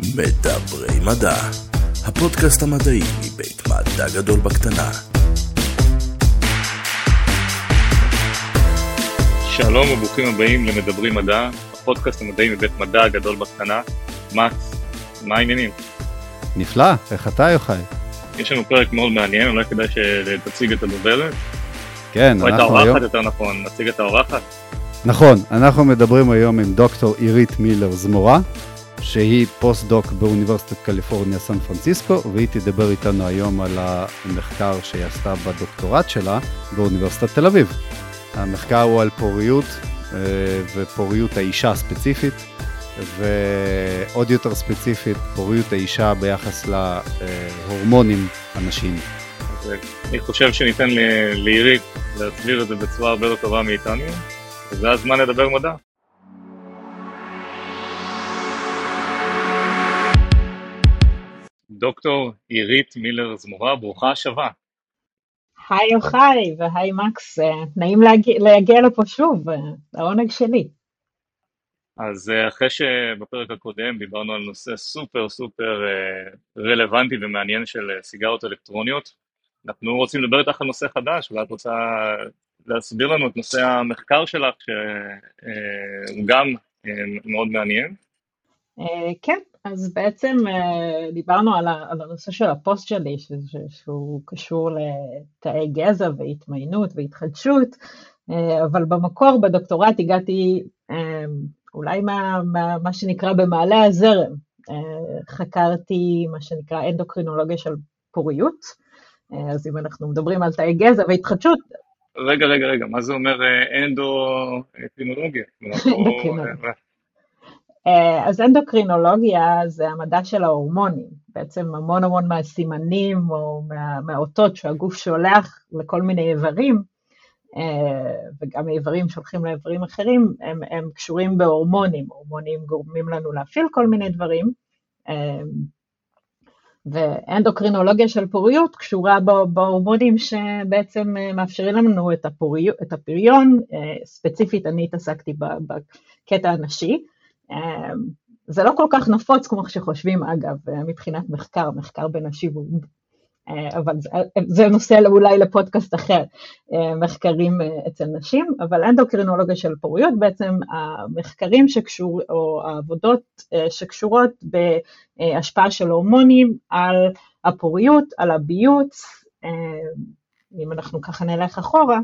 מדברי מדע, הפודקאסט המדעי מבית מדע גדול בקטנה. שלום וברוכים הבאים למדברי מדע, הפודקאסט המדעי מבית מדע גדול בקטנה. מקס, מה העניינים? נפלא, איך אתה יוחאי? יש לנו פרק מאוד מעניין, אולי כדאי שתציג את הדוברת. כן, או את האורחת יותר נכון, נציג את האורחת. נכון, אנחנו מדברים היום עם דוקטור עירית מילר זמורה, שהיא פוסט-דוק באוניברסיטת קליפורניה סן פרנסיסקו, והיא תדבר איתנו היום על המחקר שהיא עשתה בדוקטורט שלה באוניברסיטת תל אביב. המחקר הוא על פוריות ופוריות האישה ספציפית, ועוד יותר ספציפית פוריות האישה ביחס להורמונים הנשיים. אני חושב שניתן לעירית להסביר את זה בצורה הרבה יותר טובה מאיתנו, וזה הזמן לדבר מדע. דוקטור עירית מילר זמורה, ברוכה השבה. היי יוחאי והי מקס, נעים להגיע לפה שוב, העונג שלי. אז אחרי שבפרק הקודם דיברנו על נושא סופר סופר רלוונטי ומעניין של סיגריות אלקטרוניות, אנחנו רוצים לדבר איתך על נושא חדש, ואת רוצה להסביר לנו את נושא המחקר שלך, שהוא גם מאוד מעניין. כן, אז בעצם דיברנו על הנושא של הפוסט שלי, שהוא קשור לתאי גזע והתמיינות והתחדשות, אבל במקור בדוקטורט הגעתי אולי מה שנקרא במעלה הזרם, חקרתי מה שנקרא אנדוקרינולוגיה של פוריות, אז אם אנחנו מדברים על תאי גזע והתחדשות. רגע, מה זה אומר אנדוקרינולוגיה? אנדוקרינולוגיה. אז אנדוקרינולוגיה זה המדע של ההורמונים, בעצם המון מהסימנים או מהאותות שהגוף שולח לכל מיני איברים, וגם האיברים שולחים לאיברים אחרים, הם קשורים בהורמונים, הורמונים גורמים לנו להפעיל כל מיני דברים, ואנדוקרינולוגיה של פוריות קשורה בהורמונים שבעצם מאפשרים לנו את הפריון, ספציפית אני התעסקתי בקטע הנשי, זה לא כל כך נפוץ כמו שחושבים אגב, מבחינת מחקר בנשים, אבל זה נושא אולי לפודקאסט אחר, מחקרים אצל נשים, אבל אנדוקרינולוגיה של פוריות, בעצם המחקרים או העבודות שקשורות בהשפעה של הורמונים על הפוריות, על הביוץ, אם אנחנו ככה נלך אחורה,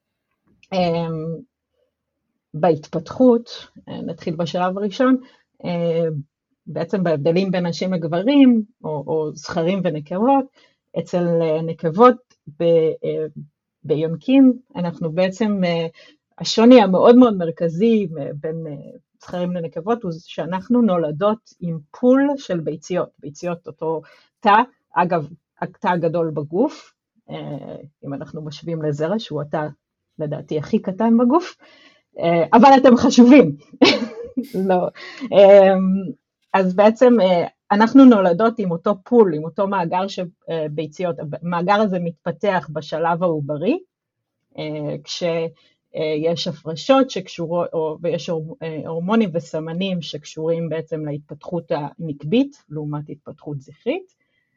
בהתפתחות, נתחיל בשלב הראשון, בעצם בהבדלים בין נשים לגברים, או זכרים ונקבות, אצל נקבות ביונקים, אנחנו בעצם, השוני המאוד מאוד מרכזי בין זכרים לנקבות, הוא שאנחנו נולדות עם פול של ביציות אותו תא, אגב, התא הגדול בגוף, אם אנחנו משווים לזרע, שהוא התא לדעתי הכי קטן בגוף, אבל אתם חשובים. לא. אז בעצם אנחנו נולדות עם אותו פול, עם אותו מאגר של ביציות, המאגר הזה מתפתח בשלב העוברי, כשיש הפרשות שקשורות, ויש הורמונים וסמנים שקשורים בעצם להתפתחות הנקבית, לעומת התפתחות זכרית,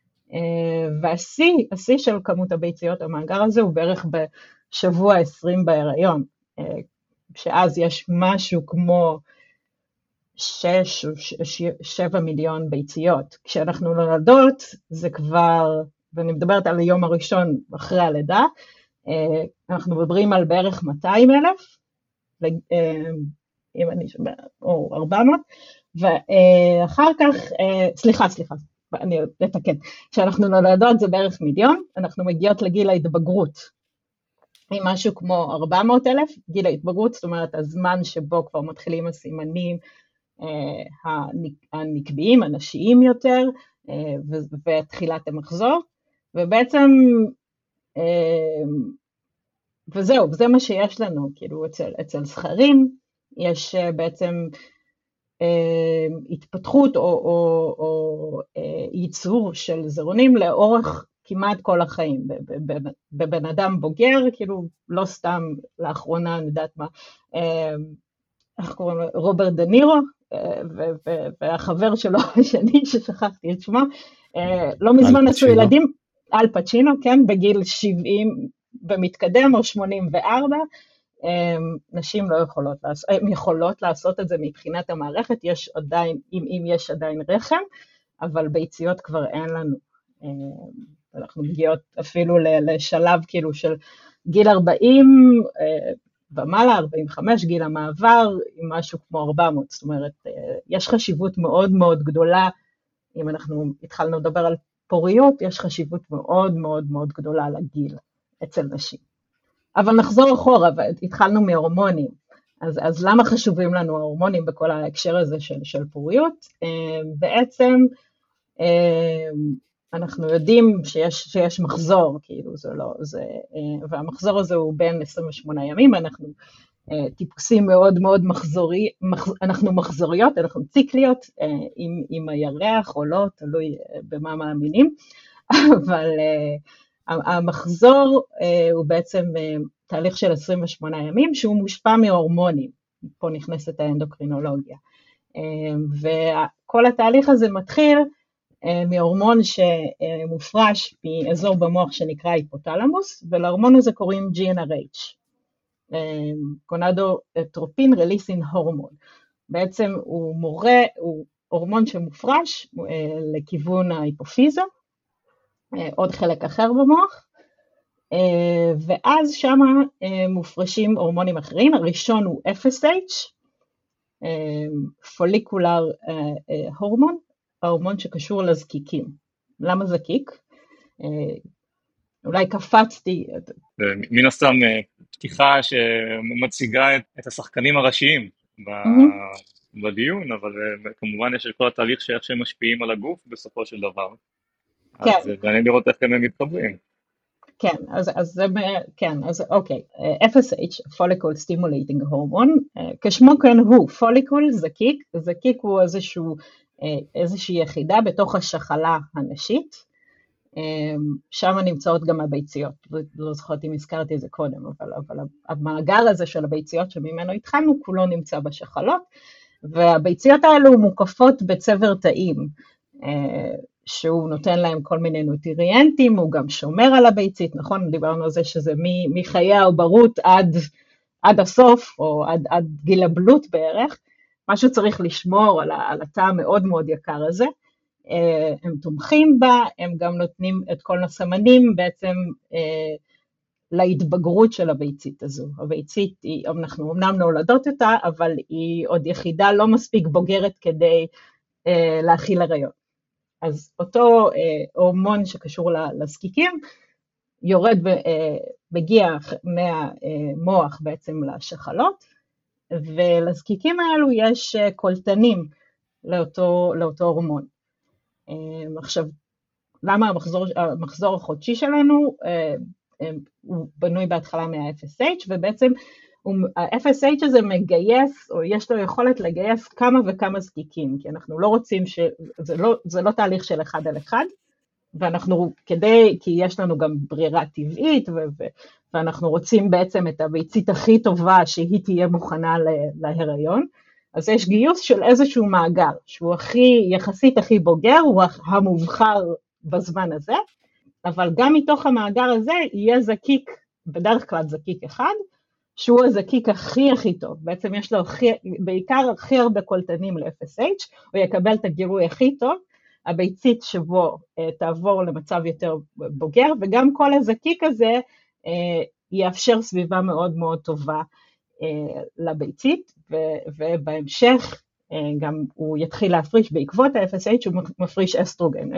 והשיא של כמות הביציות, המאגר הזה הוא בערך בשבוע 20 בהיריון, שאז יש משהו כמו 6 או 7 מיליון ביציות. כשאנחנו נולדות, זה כבר, ואני מדברת על היום הראשון אחרי הלידה, אנחנו מדברים על בערך 200,000, או 400, ואחר כך, סליחה, אני אתקן, כשאנחנו נולדות זה בערך 1,000,000, אנחנו מגיעות לגיל ההתבגרות, עם משהו כמו 400,000, גיל ההתבגרות, זאת אומרת הזמן שבו כבר מתחילים הסימנים הנקביים, הנשיים יותר, ותחילת המחזור, ובעצם, וזהו, זה מה שיש לנו, כאילו אצל זכרים, יש בעצם התפתחות או ייצור של זרעונים לאורך כמעט כל החיים, בבן אדם בוגר, כאילו לא סתם לאחרונה, אני יודעת מה, איך קוראים לו, רוברט דנירו, והחבר שלו השני ששכחתי את שמו, לא מזמן עשו ילדים, אל פצ'ינו, כן, בגיל 70 במתקדם או 84, נשים לא יכולות לעשות את זה מבחינת המערכת, יש עדיין, אם יש עדיין רחם, אבל ביציות כבר אין לנו. אנחנו מגיעות אפילו לשלב כאילו של גיל 40, במעלה 45, גיל המעבר, עם משהו כמו 400, זאת אומרת, יש חשיבות מאוד מאוד גדולה, אם אנחנו התחלנו לדבר על פוריות, יש חשיבות מאוד מאוד מאוד גדולה לגיל אצל נשים. אבל נחזור אחורה, התחלנו מהורמונים, אז למה חשובים לנו ההורמונים בכל ההקשר הזה של פוריות? בעצם אנחנו יודעים שיש מחזור, כאילו והמחזור הזה הוא בין 28 ימים, אנחנו טיפוסים מאוד מאוד אנחנו מחזוריות, אנחנו ציקליות, עם הירח או לא, תלוי במה מאמינים, אבל המחזור הוא בעצם תהליך של 28 ימים, שהוא מושפע מהורמונים, פה נכנסת האנדוקרינולוגיה, וכל התהליך הזה מתחיל מהורמון שמופרש מאזור במוח שנקרא היפותלמוס, ולהורמון הזה קוראים GnRH, גונדוטרופין רליסין הורמון. בעצם הוא הורמון שמופרש לכיוון ההיפופיזה, עוד חלק אחר במוח, ואז שם מופרשים הורמונים אחרים, הראשון הוא FSH, פוליקולר הורמון, ההורמון שקשור לזקיקים. למה זקיק? אולי קפצתי. מן הסתם פתיחה שמציגה את השחקנים הראשיים בדיון, אבל כמובן יש את כל התהליך שאיך שהם משפיעים על הגוף בסופו של דבר. כן. אז מעניין לראות איך הם מתחברים. כן, אז אוקיי, FSH, Follicle Stimulating Hormone, כשמו כן הוא, פוליקול, זקיק הוא איזושהי יחידה בתוך השחלה הנשית, שם נמצאות גם הביציות, לא זוכרת אם הזכרתי את זה קודם, אבל המאגר הזה של הביציות שממנו התחלנו, כולו נמצא בשחלות, והביציות האלו מוקפות בצבר תאים, שהוא נותן להם כל מיני נוטריאנטים, הוא גם שומר על הביצית, נכון? דיברנו על זה שזה מחיי העוברות עד הסוף, או עד גיל הבלוט בערך, משהו צריך לשמור על התא המאוד מאוד יקר הזה, הם תומכים בה, הם גם נותנים את כל הסמנים בעצם להתבגרות של הביצית הזו. הביצית, אנחנו אמנם נולדות אותה, אבל היא עוד יחידה לא מספיק בוגרת כדי להכיל הריון. אז אותו הורמון שקשור לזקיקים, יורד, מגיע מהמוח בעצם לשחלות, ולזקיקים האלו יש קולטנים לאותו הורמון. עכשיו, למה המחזור החודשי שלנו הוא בנוי בהתחלה מה-FSH, ובעצם ה-FSH הזה מגייס, או יש לו יכולת לגייס כמה וכמה זקיקים, כי אנחנו לא רוצים זה לא תהליך של אחד על אחד, ואנחנו כי יש לנו גם ברירה טבעית, ואנחנו רוצים בעצם את הביצית הכי טובה שהיא תהיה מוכנה להיריון, אז יש גיוס של איזשהו מאגר, שהוא יחסית הכי בוגר, הוא המובחר בזמן הזה, אבל גם מתוך המאגר הזה יהיה זקיק, בדרך כלל זקיק אחד, שהוא הזקיק הכי טוב, בעצם יש לו בעיקר הכי הרבה קולטנים ל-FSH, הוא יקבל את הגירוי הכי טוב, הביצית שבו תעבור למצב יותר בוגר, וגם כל הזקיק הזה יאפשר סביבה מאוד מאוד טובה לביצית, ובהמשך גם הוא יתחיל להפריש בעקבות ה-FSH, הוא מפריש אסטרוגן,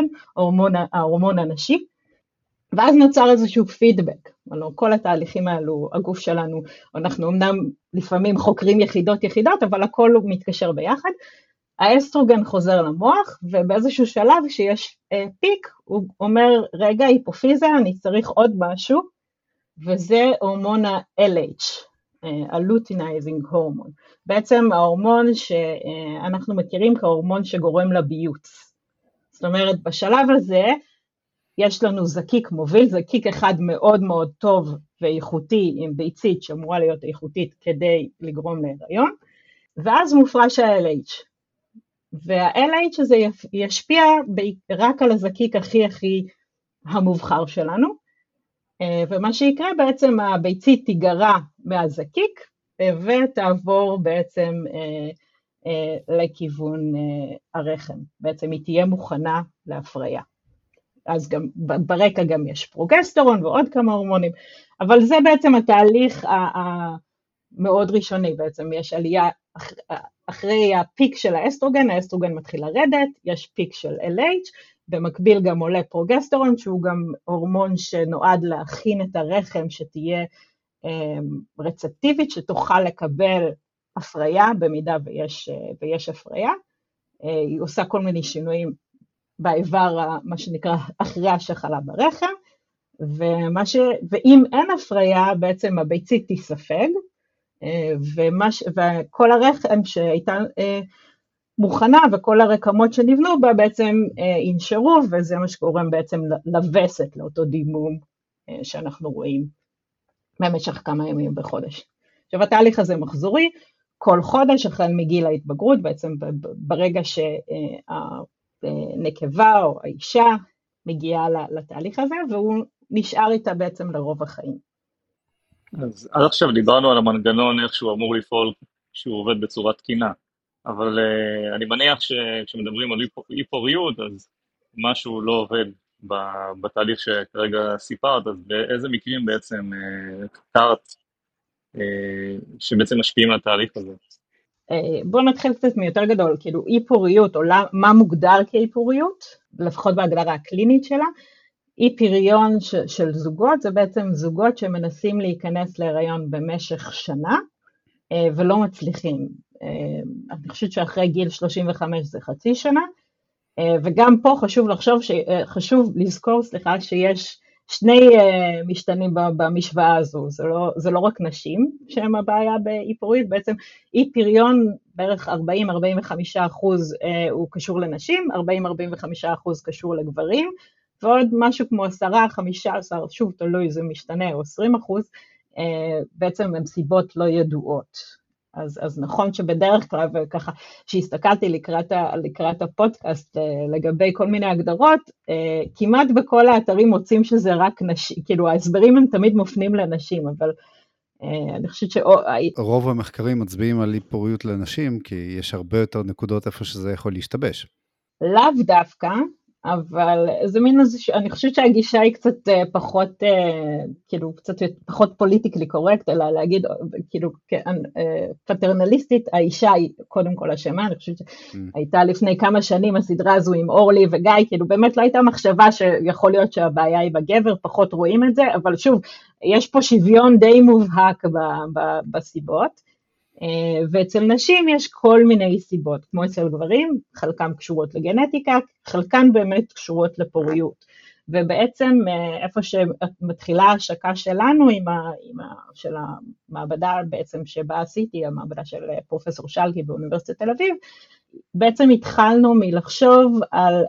ההורמון הנשי, ואז נוצר איזשהו פידבק, כל התהליכים האלו, הגוף שלנו, אנחנו אמנם לפעמים חוקרים יחידות, אבל הכל מתקשר ביחד, האסטרוגן חוזר למוח, ובאיזשהו שלב שיש פיק, הוא אומר, רגע, היפופיזה, אני צריך עוד משהו, וזה הורמון ה-LH, הלוטינייזינג הורמון. בעצם ההורמון שאנחנו מכירים כהורמון שגורם לביוץ. זאת אומרת, בשלב הזה, יש לנו זקיק מוביל, זקיק אחד מאוד מאוד טוב ואיכותי, עם ביצית שאמורה להיות איכותית כדי לגרום להיריון, ואז מופרש ה-LH. וה-LH הזה ישפיע רק על הזקיק הכי המובחר שלנו, ומה שיקרה בעצם הביצית תיגרע מהזקיק, ותעבור בעצם לכיוון הרחם, בעצם היא תהיה מוכנה להפריה. אז גם ברקע גם יש פרוגסטרון ועוד כמה הורמונים, אבל זה בעצם התהליך המאוד ראשוני, בעצם יש עלייה אחרי הפיק של האסטרוגן, האסטרוגן מתחיל לרדת, יש פיק של LH, במקביל גם עולה פרוגסטרון, שהוא גם הורמון שנועד להכין את הרחם שתהיה רצפטיבית, שתוכל לקבל הפריה במידה ויש הפריה, היא עושה כל מיני שינויים באיבר, מה שנקרא אחרי השחלה ברחם, ואם אין הפריה בעצם הביצית תיספג, וכל הרחם שהייתה מוכנה וכל הרקמות שנבנו בה בעצם ינשרו, וזה מה שגורם בעצם לווסת לאותו דימום שאנחנו רואים במשך כמה ימים בחודש. עכשיו התהליך הזה מחזורי, כל חודש החל מגיל ההתבגרות, בעצם ברגע שהנקבה או האישה מגיעה לתהליך הזה, והוא נשאר איתה בעצם לרוב החיים. אז עד עכשיו דיברנו על המנגנון, איך שהוא אמור לפעול כשהוא עובד בצורה תקינה, אבל אני מניח שכשמדברים על אי-פוריות, אז משהו לא עובד בתהליך שכרגע סיפרת, אז באיזה מקרים בעצם קרת שבעצם משפיעים על התהליך הזה? בואו נתחיל קצת מיותר גדול, כאילו אי-פוריות, או מה מוגדר כאי-פוריות, לפחות בהגדרה הקלינית שלה, אי פריון של זוגות, זה בעצם זוגות שמנסים להיכנס להיריון במשך שנה, ולא מצליחים. אני חושבת שאחרי גיל 35 זה חצי שנה, וגם פה חשוב לזכור, שיש שני משתנים במשוואה הזו, זה לא רק נשים שהם הבעיה באי פוריות, בעצם אי פריון בערך 40-45% הוא קשור לנשים, 40-45% קשור לגברים, ועוד משהו כמו 10-15, שוב תלוי זה משתנה, או 20%, בעצם הם סיבות לא ידועות. אז נכון שבדרך כלל, וככה, שהסתכלתי לקראת הפודקאסט לגבי כל מיני הגדרות, כמעט בכל האתרים מוצאים שזה רק נשים, כאילו ההסברים הם תמיד מופנים לנשים, אבל אני חושבת רוב המחקרים מצביעים על אי-פוריות לנשים, כי יש הרבה יותר נקודות איפה שזה יכול להשתבש. לאו דווקא, אבל זה מין איזה, אני חושבת שהגישה היא קצת פחות, כאילו קצת פחות פוליטיקלי קורקט, אלא להגיד, כאילו, פטרנליסטית, האישה היא קודם כל אשמה, אני חושבת שהייתה לפני כמה שנים הסדרה הזו עם אורלי וגיא, כאילו באמת לא הייתה מחשבה שיכול להיות שהבעיה היא בגבר, פחות רואים את זה, אבל שוב, יש פה שוויון די מובהק בסיבות, ואצל נשים יש כל מיני סיבות, כמו אצל גברים, חלקם קשורות לגנטיקה, חלקן באמת קשורות לפוריות, ובעצם איפה שמתחילה ההשקה שלנו של המעבדה בעצם שבה עשיתי, המעבדה של פרופסור שלגי באוניברסיטת תל אביב, בעצם התחלנו מלחשוב על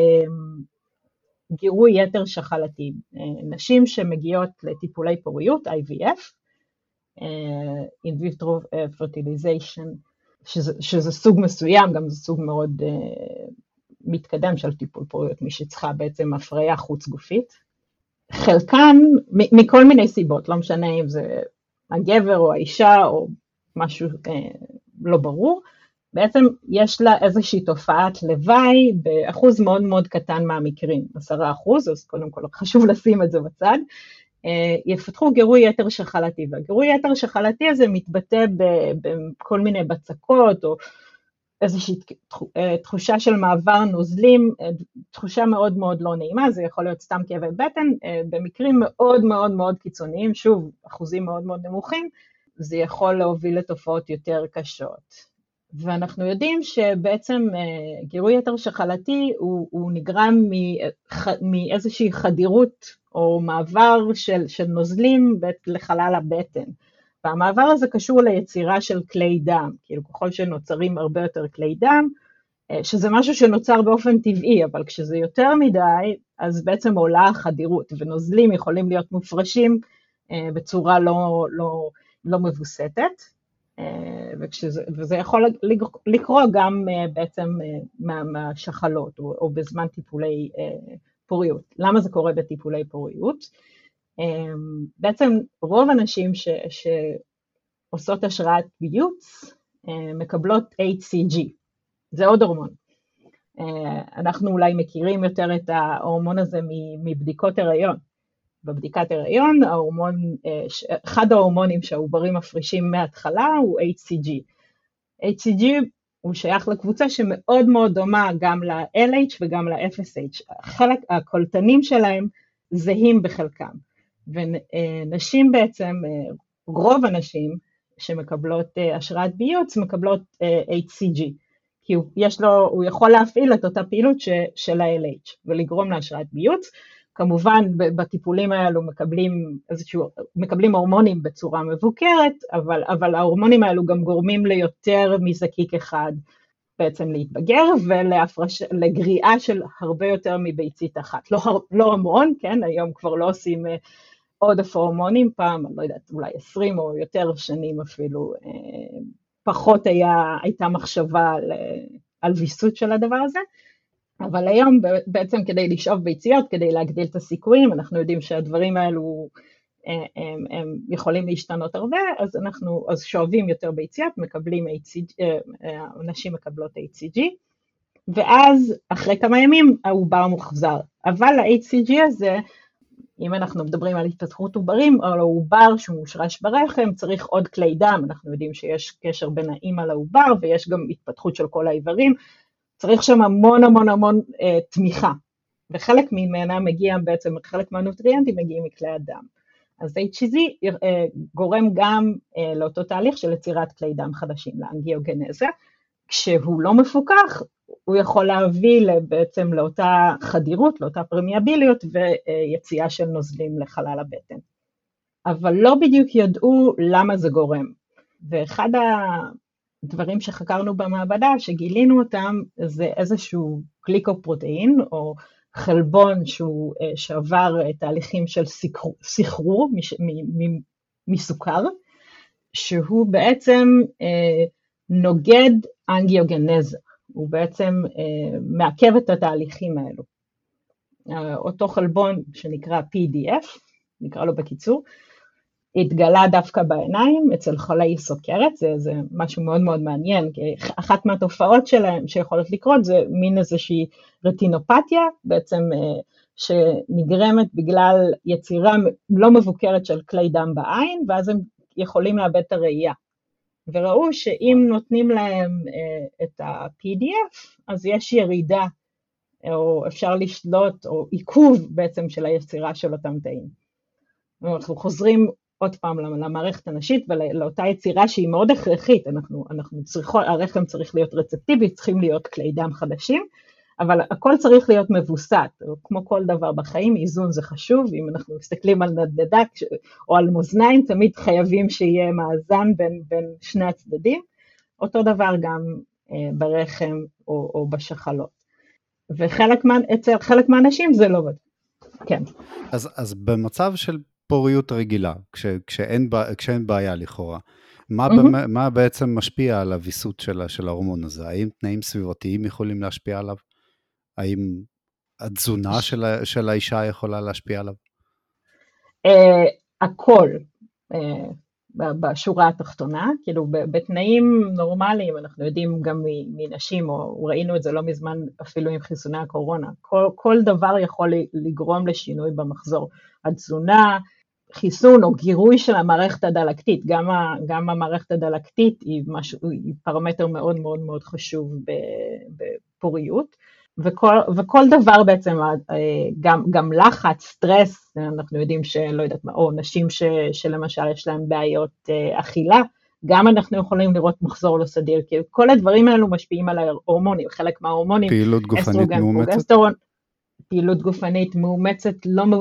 גירוי יתר שחלתי, נשים שמגיעות לטיפולי פוריות, IVF, in vitro fertilization, שזה סוג מסוים, גם זה סוג מאוד מתקדם של טיפול פוריות, מי שצריכה בעצם הפריה חוץ גופית, חלקן מכל מיני סיבות, לא משנה אם זה הגבר או האישה או משהו לא ברור, בעצם יש לה איזושהי תופעת לוואי באחוז מאוד מאוד קטן מהמקרים, 10%, אז קודם כל חשוב לשים את זה בצד, יפתחו גירוי יתר שחלתי, והגירוי יתר שחלתי הזה מתבטא בכל מיני בצקות, או איזושהי תחושה של מעבר נוזלים, תחושה מאוד מאוד לא נעימה, זה יכול להיות סתם כאבי בטן, במקרים מאוד מאוד מאוד קיצוניים, שוב, אחוזים מאוד מאוד נמוכים, זה יכול להוביל לתופעות יותר קשות. ואנחנו יודעים שבעצם גירוי יתר שחלתי הוא נגרם מאיזושהי חדירות, או מעבר של נוזלים לחלל הבטן. והמעבר הזה קשור ליצירה של כלי דם, כאילו ככל שנוצרים הרבה יותר כלי דם, שזה משהו שנוצר באופן טבעי, אבל כשזה יותר מדי, אז בעצם עולה החדירות, ונוזלים יכולים להיות מופרשים בצורה לא מבוסתת. וזה יכול לקרות גם בעצם מהשחלות או בזמן טיפולי פוריות. למה זה קורה בטיפולי פוריות? בעצם רוב הנשים שעושות השראת ביוץ מקבלות HCG, זה עוד הורמון. אנחנו אולי מכירים יותר את ההורמון הזה מבדיקות הריון. בבדיקת הריון, אחד ההורמונים שהעוברים מפרישים מההתחלה הוא HCG. HCG הוא שייך לקבוצה שמאוד מאוד דומה גם ל-LH וגם ל-FSH. הקולטנים שלהם זהים בחלקם. ונשים בעצם, רוב הנשים שמקבלות השראת ביוץ מקבלות HCG. כי הוא יכול להפעיל את אותה פעילות של ה-LH ולגרום להשראת ביוץ. כמובן בטיפולים האלו מקבלים הורמונים בצורה מבוקרת, אבל ההורמונים האלו גם גורמים ליותר מזקיק אחד בעצם להתבגר, ולגריעה של הרבה יותר מביצית אחת. לא המון, כן, היום כבר לא עושים עודף הורמונים, פעם, אני לא יודעת, אולי 20 או יותר שנים אפילו, פחות הייתה מחשבה על ויסות של הדבר הזה, אבל היום בעצם כדי לשאוב ביציות, כדי להגדיל את הסיכויים, אנחנו יודעים שהדברים האלו הם יכולים להשתנות הרבה, אז שואבים יותר ביציות, מקבלים HCG, אנשים מקבלות HCG, ואז אחרי כמה ימים העובר מוחזר. אבל ה-HCG הזה, אם אנחנו מדברים על התפתחות עוברים, או לעובר שהוא מושרש ברחם, צריך עוד כלי דם, אנחנו יודעים שיש קשר בין האמא לעובר, ויש גם התפתחות של כל האיברים, צריך שם המון תמיכה, וחלק ממנה מגיע בעצם, חלק מהנוטריאנטים מגיעים מכלי הדם. אז HCG גורם גם לאותו תהליך של יצירת כלי דם חדשים, לאנגיוגנזה, כשהוא לא מפוקח, הוא יכול להביא בעצם לאותה חדירות, לאותה פרמיאביליות, ויציאה של נוזלים לחלל הבטן. אבל לא בדיוק ידעו למה זה גורם, ואחד דברים שחקרנו במעבדה, שגילינו אותם, זה איזשהו גליקופרוטאין, או חלבון שהוא שעבר תהליכים של סחרור מסוכר, שהוא בעצם נוגד אנגיוגנזה, הוא בעצם מעכב את התהליכים האלו. אותו חלבון שנקרא PDF, נקרא לו בקיצור, התגלה דווקא בעיניים אצל חולי סוכרת, זה משהו מאוד מאוד מעניין, כי אחת מהתופעות שלהם שיכולות לקרות זה מין איזושהי רטינופתיה, בעצם שנגרמת בגלל יצירה לא מבוקרת של כלי דם בעין, ואז הם יכולים לאבד את הראייה. וראו שאם נותנים להם את ה-PDF, אז יש ירידה, או אפשר לשלוט, או עיכוב בעצם של היצירה של אותם תאים. אנחנו חוזרים עוד פעם למערכת הנשית ולאותה יצירה שהיא מאוד הכרחית, הרחם צריך להיות רצפטיבי, צריכים להיות כלי דם חדשים, אבל הכל צריך להיות מבוסת, כמו כל דבר בחיים, איזון זה חשוב, אם אנחנו מסתכלים על נדנדה או על מאזניים, תמיד חייבים שיהיה מאזן בין שני הצדדים, אותו דבר גם ברחם או בשחלות, ואצל חלק מהאנשים זה לא עובד, כן. אז במצב של פוריות רגילה, כשאין בעיה לכאורה, מה בעצם משפיע על הוויסות של ההורמון הזה? האם תנאים סביבתיים יכולים להשפיע עליו? האם התזונה של האישה יכולה להשפיע עליו? הכל, בשורה התחתונה, כאילו בתנאים נורמליים, אנחנו יודעים גם מנשים, או ראינו את זה לא מזמן אפילו עם חיסוני הקורונה, כל דבר יכול לגרום לשינוי במחזור. התזונה, חיסון או גירוי של המערכת הדלקתית, גם המערכת הדלקתית היא פרמטר מאוד מאוד מאוד חשוב בפוריות, וכל דבר בעצם, גם לחץ, סטרס, אנחנו יודעים שלא יודעת מה, או נשים שלמשל יש להם בעיות אכילה, גם אנחנו יכולים לראות מחזור לא סדיר, כי כל הדברים האלו משפיעים על ההורמונים, חלק מההורמונים, פעילות גופנית מאומצת? פעילות גופנית מאומצת,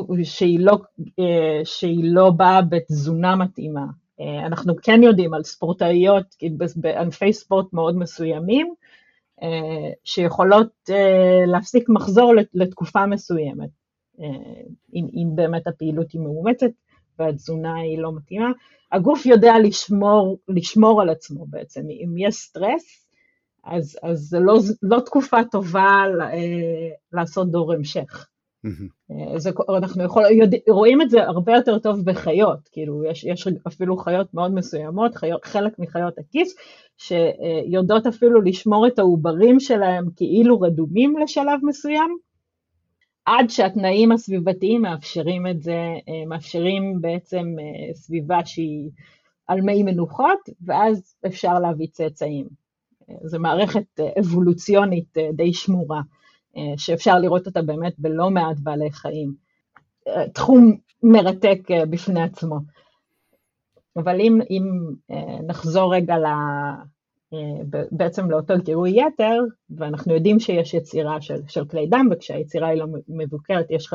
שהיא לא באה בתזונה מתאימה. אנחנו כן יודעים על ספורטאיות, בענפי ספורט מאוד מסוימים, שיכולות להפסיק מחזור לתקופה מסוימת, אם באמת הפעילות היא מאומצת, והתזונה היא לא מתאימה, הגוף יודע לשמור על עצמו בעצם. אם יש סטרס, אז זה לא תקופה טובה לעשות דור המשך. אנחנו רואים את זה הרבה יותר טוב בחיות, כאילו יש אפילו חיות מאוד מסוימות, חלק מחיות הכיס, שיודעות אפילו לשמור את העוברים שלהם כאילו רדומים לשלב מסוים, עד שהתנאים הסביבתיים מאפשרים את זה, מאפשרים בעצם סביבה שהיא על מי מנוחות, ואז אפשר להביא צאצאים. זו מערכת אבולוציונית די שמורה, שאפשר לראות אותה באמת בלא מעט בעלי חיים. תחום מרתק בפני עצמו. אבל אם נחזור רגע בעצם לאותו גירוי יתר, ואנחנו יודעים שיש יצירה של כלי דם, וכשהיצירה היא לא מבוקרת, יש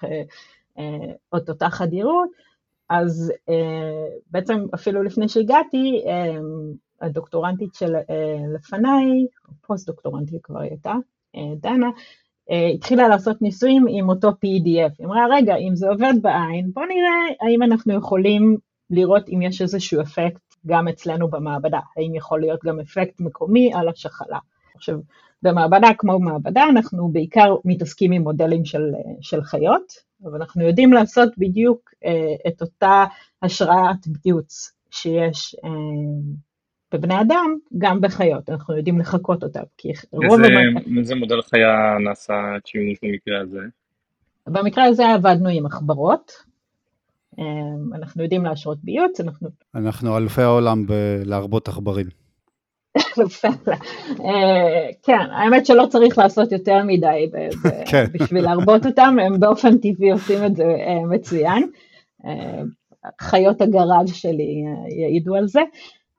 אותה חדירות, אז בעצם אפילו לפני שהגעתי, הדוקטורנטית של לפניי, פוסט-דוקטורנטית כבר הייתה, דנה, התחילה לעשות ניסויים עם אותו PDF. היא אמרה, רגע, אם זה עובד בעין, בוא נראה האם אנחנו יכולים לראות אם יש איזשהו אפקט גם אצלנו במעבדה, האם יכול להיות גם אפקט מקומי על השחלה. עכשיו, במעבדה כמו מעבדה, אנחנו בעיקר מתעסקים עם מודלים של חיות, אבל אנחנו יודעים לעשות בדיוק את אותה השראת ביוץ שיש בבני אדם, גם בחיות, אנחנו יודעים לחקות אותם. איזה מודל חיה נעשה שימוש במקרה הזה? במקרה הזה עבדנו עם עכברות, אנחנו יודעים להשרות ביוץ, אנחנו אלופי העולם להרבות עכברים. כן, האמת שלא צריך לעשות יותר מדי בשביל להרבות אותם, הם באופן טבעי עושים את זה מצוין, חיות הגראז' שלי יעידו על זה,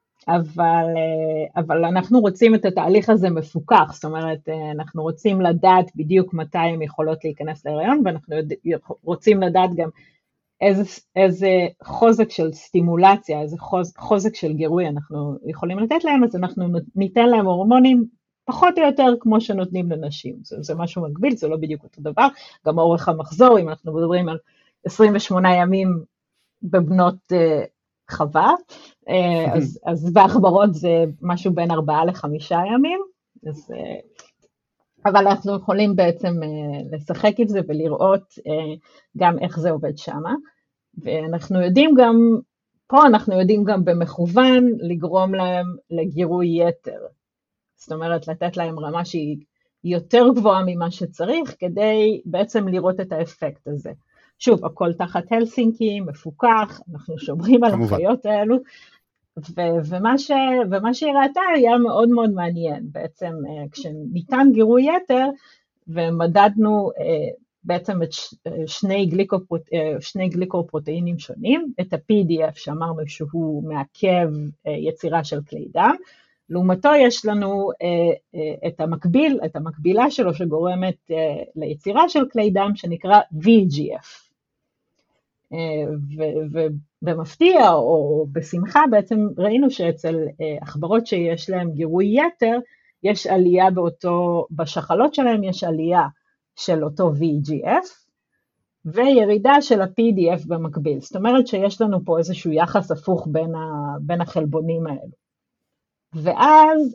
אבל אנחנו רוצים את התהליך הזה מפוקח, זאת אומרת, אנחנו רוצים לדעת בדיוק מתי הם יכולות להיכנס להיריון, ואנחנו רוצים לדעת גם איזה חוזק של סטימולציה, איזה חוזק של גירוי אנחנו יכולים לתת להם, אז אנחנו ניתן להם הורמונים פחות או יותר כמו שנותנים לנשים, זה משהו מקביל, זה לא בדיוק אותו דבר, גם אורך המחזור, אם אנחנו מדברים על 28 ימים בבנות חווה, אז בעכברות זה משהו בין 4 ל5 ימים, אבל אנחנו יכולים בעצם לשחק עם זה ולראות גם איך זה עובד שמה, ואנחנו יודעים גם, פה אנחנו יודעים גם במכוון לגרום להם לגירוי יתר, זאת אומרת לתת להם רמה שהיא יותר גבוהה ממה שצריך, כדי בעצם לראות את האפקט הזה. שוב, הכל תחת הלסינקי, מפוקח, אנחנו שומרים על החיות האלו, ומה שהיא ראתה היה מאוד מאוד מעניין, בעצם כשניתן גירוי יתר, ומדדנו בעצם את שני גליקופרוטאינים שונים, את ה-PDF שאמרנו שהוא מעכב יצירה של כלי דם, לעומתו יש לנו את המקבילה שלו שגורמת ליצירה של כלי דם שנקרא VEGF. ובמפתיע או בשמחה בעצם ראינו שאצל עכברות שיש להם גירוי יתר, יש עלייה בשחלות שלהם יש עלייה של אותו VEGF, וירידה של ה-PDF במקביל. זאת אומרת שיש לנו פה איזשהו יחס הפוך בין החלבונים האלו. ואז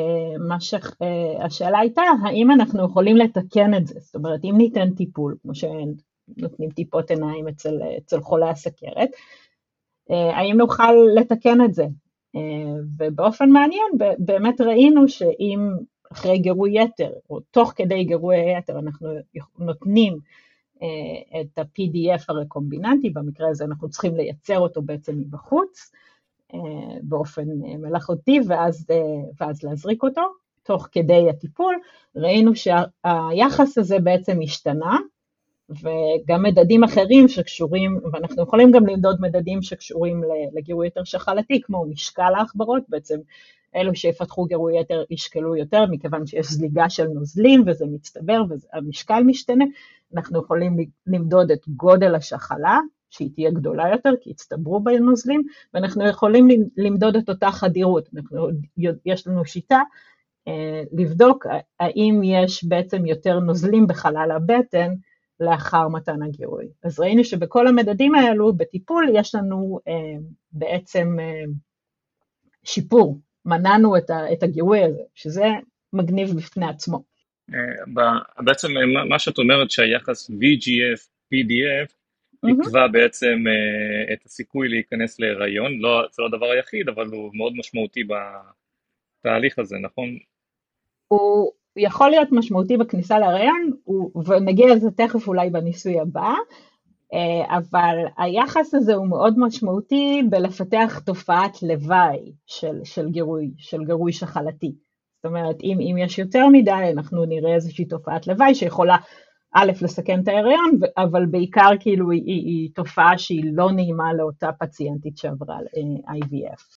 השאלה הייתה, האם אנחנו יכולים לתקן את זה? זאת אומרת, אם ניתן טיפול, כמו שנותנים טיפות עיניים אצל חולי הסכרת, האם נוכל לתקן את זה? ובאופן מעניין, באמת ראינו שאם אחרי גירוי יתר, או תוך כדי גירוי יתר, אנחנו נותנים את ה-PDF הרקומביננטי, במקרה הזה אנחנו צריכים לייצר אותו בעצם מבחוץ, באופן מלאכותי, ואז להזריק אותו, תוך כדי הטיפול, ראינו שהיחס הזה בעצם השתנה, וגם מדדים אחרים שקשורים, ואנחנו יכולים גם למדוד מדדים שקשורים לגירוי יתר שחלתי, כמו משקל העכברות, בעצם אלו שיפתחו גירוי יתר ישקלו יותר, מכיוון שיש זליגה של נוזלים, וזה מצטבר, והמשקל משתנה, אנחנו יכולים למדוד את גודל השחלה, שהיא תהיה גדולה יותר, כי הצטברו בנוזלים, ואנחנו יכולים למדוד את אותה חדירות, יש לנו שיטה, לבדוק האם יש בעצם יותר נוזלים בחלל הבטן, לאחר מתן הגירוי. אז ראינו שבכל המדדים האלו בטיפול יש לנו בעצם שיפור, מנענו את הגירוי הזה, שזה מגניב בפני עצמו. בעצם מה שאת אומרת שהיחס VGF-PDF יקבע בעצם את הסיכוי להיכנס להיריון, זה לא הדבר היחיד, אבל הוא מאוד משמעותי בתהליך הזה, נכון? הוא יכול להיות משמעותי בכניסה להיריון, ונגיע לזה תכף אולי בניסוי הבא, אבל היחס הזה הוא מאוד משמעותי בלפתח תופעת לוואי של גירוי שחלתי. זאת אומרת, אם יש יותר מדי, אנחנו נראה איזושהי תופעת לוואי שיכולה א', לסכן את ההיריון, אבל בעיקר כאילו היא תופעה שהיא לא נעימה לאותה פציינטית שעברה IVF.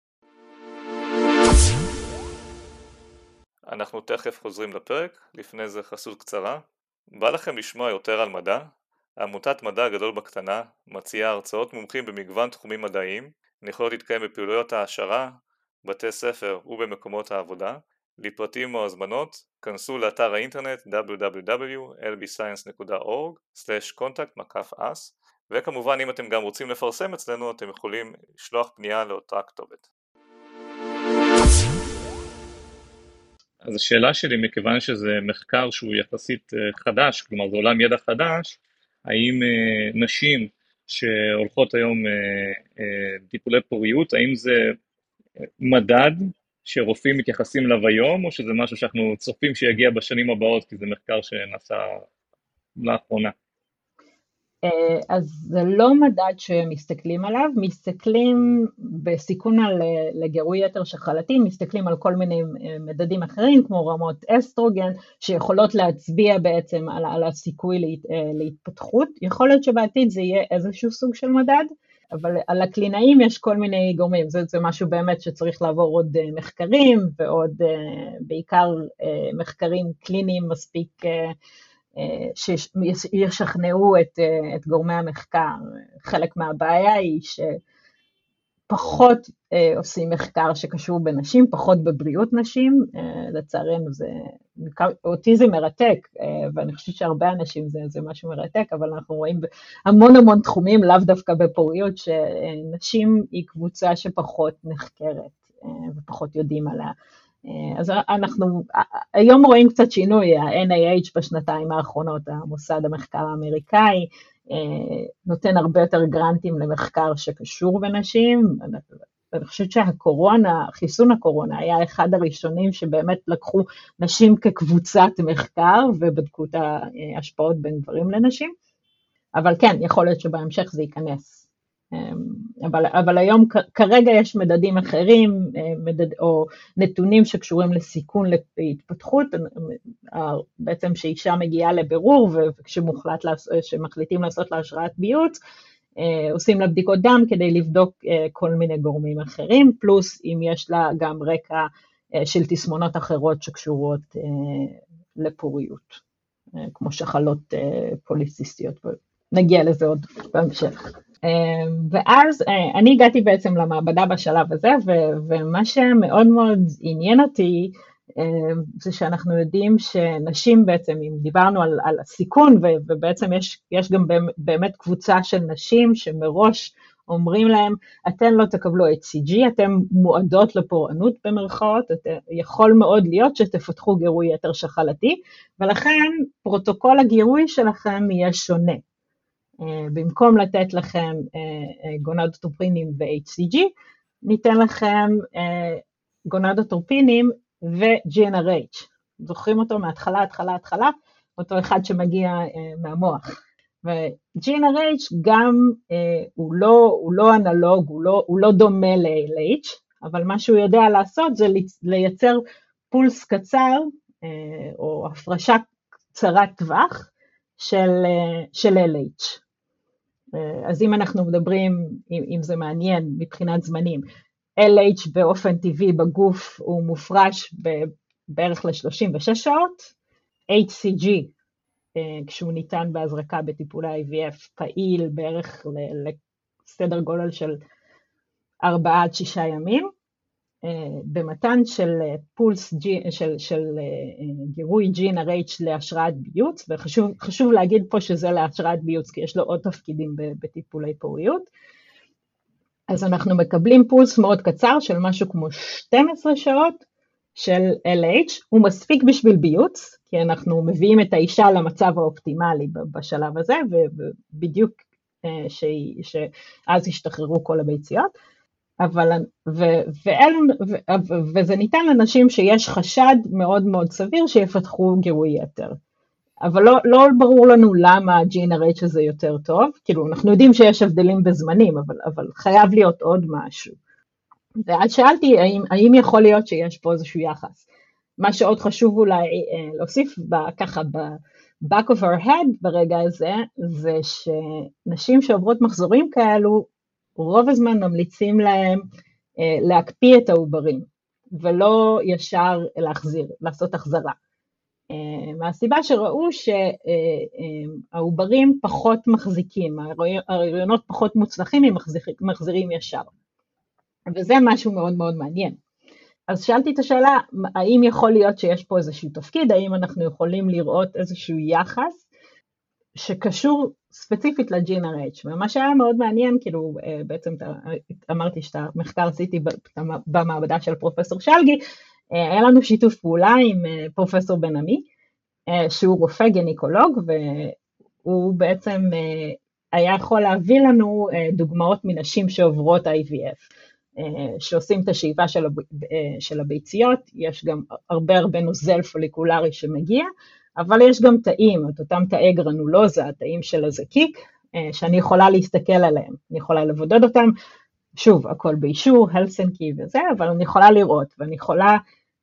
אנחנו תכף חוזרים לפרק, לפני זה חסות קצרה. בא לכם לשמוע יותר על מדע? עמותת מדע גדול בקטנה מציעה הרצאות מומחים במגוון תחומים מדעיים, יכולות להתקיים בפעילויות העשרה, בתי ספר ובמקומות העבודה. לפרטים או הזמנות, כנסו לאתר האינטרנט www.lbscience.org/contact-us, וכמובן אם אתם גם רוצים לפרסם אצלנו אתם יכולים לשלוח פנייה לאותה כתובת. אז השאלה שלי, מכיוון שזה מחקר שהוא יחסית חדש, כלומר זה עולם ידע חדש, האם נשים שהולכות היום טיפולי פוריות, האם זה מדד שרופאים מתייחסים אליו היום, או שזה משהו שאנחנו צופים שיגיע בשנים הבאות, כי זה מחקר שנעשה לאחרונה? אז זה לא מדד שמסתכלים עליו, מסתכלים בסיכון לגירוי יתר שחלתי, מסתכלים על כל מיני מדדים אחרים, כמו רמות אסטרוגן, שיכולות להצביע בעצם על הסיכוי להתפתחות. יכול להיות שבעתיד זה יהיה איזשהו סוג של מדד, אבל על הקלינאים יש כל מיני גורמים, זה משהו באמת שצריך לעבור עוד מחקרים, ועוד בעיקר מחקרים קליניים מספיק, שישכנעו את גורמי המחקר. חלק מהבעיה היא שפחות עושים מחקר שקשור בנשים, פחות בבריאות נשים, לצערנו אותי זה מרתק, ואני חושבת שהרבה אנשים זה משהו מרתק, אבל אנחנו רואים המון תחומים, לאו דווקא בפוריות, שנשים היא קבוצה שפחות נחקרת, ופחות יודעים עליה. אז אנחנו היום רואים קצת שינוי, ה-NIH בשנתיים האחרונות, המוסד המחקר האמריקאי, נותן הרבה יותר גרנטים למחקר שקשור בנשים. אני חושבת חיסון הקורונה היה אחד הראשונים שבאמת לקחו נשים כקבוצת מחקר, ובדקו את ההשפעות בין גברים לנשים, אבל כן, יכול להיות שבהמשך זה ייכנס. אבל היום כרגע יש מדדים אחרים, או נתונים שקשורים לסיכון להתפתחות, בעצם שאישה מגיעה לבירור, וכשמחליטים לעשות לה השראת ביוץ, עושים לה בדיקות דם כדי לבדוק כל מיני גורמים אחרים, פלוס אם יש לה גם רקע של תסמונות אחרות שקשורות לפוריות, כמו שחלות פוליציסטיות, נגיע לזה עוד בהמשך. ואז אני הגעתי בעצם למעבדה בשלב הזה, ומה שמאוד מאוד עניין אותי, זה שאנחנו יודעים שנשים בעצם, אם דיברנו על הסיכון, ובעצם יש גם באמת קבוצה של נשים שמראש אומרים להם, אתן לא תקבלו HCG, אתן מועדות לפורענות במרכאות, יכול מאוד להיות שתפתחו גירוי יתר שחלתי, ולכן פרוטוקול הגירוי שלכם יהיה שונה. במקום לתת לכם גונדוטרופינים ו-HCG, ניתן לכם גונדוטרופינים ו-GnRH. זוכרים אותו מההתחלה, אותו אחד שמגיע מהמוח. ו-GnRH גם הוא לא אנלוג, הוא לא דומה ל-LH, אבל מה שהוא יודע לעשות זה לייצר פולס קצר, או הפרשה קצרת טווח של LH. אז אם אנחנו מדברים, אם זה מעניין מבחינת זמנים, LH באופן טבעי בגוף הוא מופרש בערך ל-36 שעות, HCG כשהוא ניתן בהזרקה בטיפולי IVF פעיל בערך לסדר גודל של 4 עד 6 ימים, במתן של פולס, של גירוי GnRH להשראת ביוץ, וחשוב להגיד פה שזה להשראת ביוץ, כי יש לו עוד תפקידים בטיפולי פוריות. אז אנחנו מקבלים פולס מאוד קצר של משהו כמו 12 שעות של LH, הוא מספיק בשביל ביוץ, כי אנחנו מביאים את האישה למצב האופטימלי בשלב הזה, ובדיוק שאז השתחררו כל הביציות, וזה ניתן לאנשים שיש חשד מאוד מאוד סביר שיפתחו גירוי יתר. אבל לא ברור לנו למה GnRH הזה יותר טוב, כאילו אנחנו יודעים שיש הבדלים בזמנים, אבל חייב להיות עוד משהו. ואז שאלתי האם יכול להיות שיש פה איזשהו יחס. מה שעוד חשוב אולי להוסיף ככה ב-back of our head ברגע הזה, זה שנשים שעוברות מחזורים כאלו, רוב הזמן ממליצים להם להקפיא את העוברים, ולא ישר להחזיר, לעשות החזרה. מהסיבה שראו שהעוברים פחות מחזיקים, ההריונות פחות מוצלחים אם מחזירים ישר. וזה משהו מאוד מאוד מעניין. אז שאלתי את השאלה, האם יכול להיות שיש פה איזשהו תפקיד, האם אנחנו יכולים לראות איזשהו יחס שקשור ספציפית ל-GnRH, ומה שהיה מאוד מעניין, כאילו בעצם אמרתי שאתה מחקר עשיתי במעבדה של פרופסור שלגי, היה לנו שיתוף פעולה עם פרופסור בן עמי, שהוא רופא גניקולוג, והוא בעצם היה יכול להביא לנו דוגמאות מנשים שעוברות IVF, שעושים את השאיבה של הביציות, יש גם הרבה נוזל פוליקולרי שמגיע, אבל יש גם תאים, את אותם תאי גרנולוזה, התאים של הזקיק, שאני יכולה להסתכל עליהם, אני יכולה לבודד אותם, שוב, הכל באישור, הלסינקי וזה, אבל אני יכולה לראות, ואני יכולה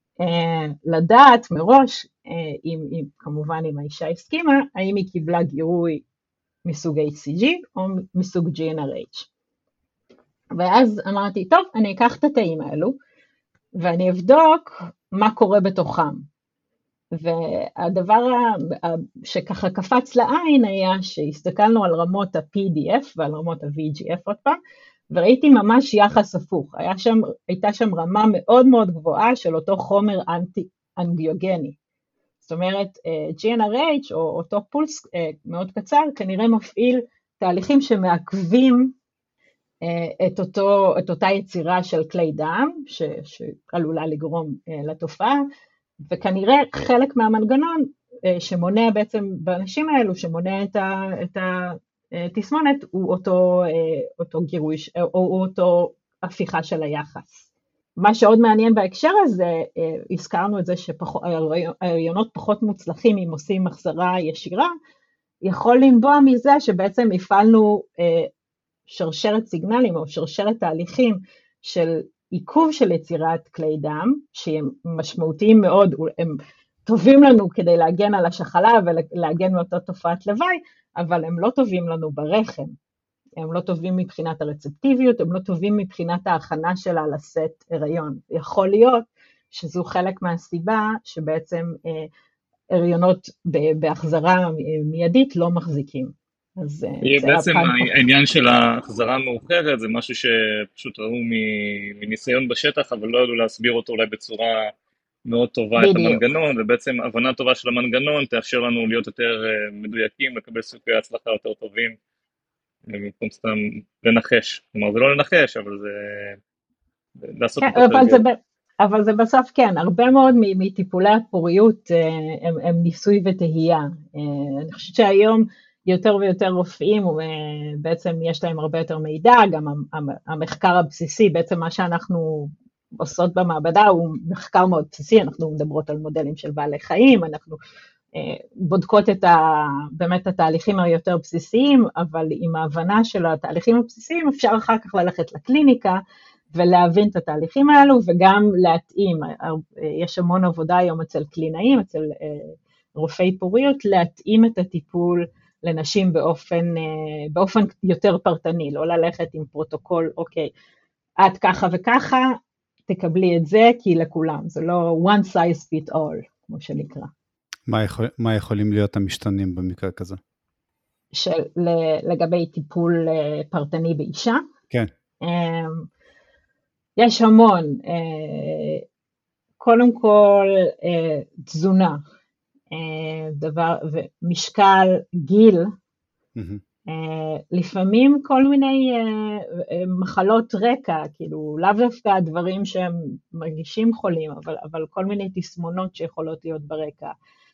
לדעת מראש, כמובן אם האישה הסכימה, האם היא קיבלה גירוי מסוג HCG או מסוג GnRH. ואז אמרתי, טוב, אני אקח את התאים האלו, ואני אבדוק מה קורה בתוכם. והדבר שככה קפץ לעין היה שהסתכלנו על רמות ה-PDF ועל רמות ה-VGF עוד פעם, וראיתי ממש יחס הפוך, הייתה שם רמה מאוד מאוד גבוהה של אותו חומר אנגיוגני. זאת אומרת, GnRH או אותו פולס מאוד קצר, כנראה מפעיל תהליכים שמעכבים את אותה יצירה של כלי דם, שעלולה לגרום לתופעה, וכנראה חלק מהמנגנון שמונע בעצם באנשים האלו, שמונע את התסמונת, הוא אותו גירוי, או אותו הפיכה של היחס. מה שעוד מעניין בהקשר הזה, הזכרנו את זה שההריונות פחות מוצלחים אם עושים החזרה ישירה, יכול לנבוע מזה שבעצם הפעלנו שרשרת סיגנלים או שרשרת תהליכים של עיכוב של יצירת כלי דם, שהם משמעותיים מאוד, הם טובים לנו כדי להגן על השחלה ולהגן מאותה תופעת לוואי, אבל הם לא טובים לנו ברחם, הם לא טובים מבחינת הרצפטיביות, הם לא טובים מבחינת ההכנה שלה לשאת הריון. יכול להיות שזו חלק מהסיבה שבעצם הריונות בהחזרה מיידית לא מחזיקים. בעצם העניין של ההחזרה המאוחרת זה משהו שפשוט ראו מניסיון בשטח, אבל לא ידעו להסביר אותו אולי בצורה מאוד טובה את המנגנון, ובעצם הבנה טובה של המנגנון תאפשר לנו להיות יותר מדויקים, לקבל סיכויי הצלחה יותר טובים, במקום סתם לנחש. כלומר, זה לא לנחש, אבל זה לעשות את זה. אבל זה בסוף כן, הרבה מאוד מטיפולי הפוריות הם ניסוי וטהייה. אני חושבת שהיום יותר ויותר רופאים, בעצם יש להם הרבה יותר מידע, גם המחקר הבסיסי, בעצם מה שאנחנו עושות במעבדה הוא מחקר מאוד בסיסי, אנחנו מדברות על מודלים של בעלי חיים, אנחנו בודקות באמת התהליכים היותר בסיסיים, אבל עם ההבנה של התהליכים הבסיסיים אפשר אחר כך ללכת לקליניקה, ולהבין את התהליכים האלו, וגם להתאים, יש המון עבודה היום אצל קלינאים, אצל רופאי פוריות, להתאים את הטיפול לנשים באופן יותר פרטני, לא ללכת עם פרוטוקול, אוקיי, את ככה וככה, תקבלי את זה, כי לכולם, זה לא one size fit all, כמו שנקרא. מה יכולים להיות המשתנים במקרה כזה? לגבי טיפול פרטני באישה? כן. יש המון, קודם כל תזונה, משקל, גיל, לפעמים כל מיני מחלות רקע, כאילו לאו דווקא הדברים שהם מרגישים חולים, אבל כל מיני תסמונות שיכולות להיות ברקע.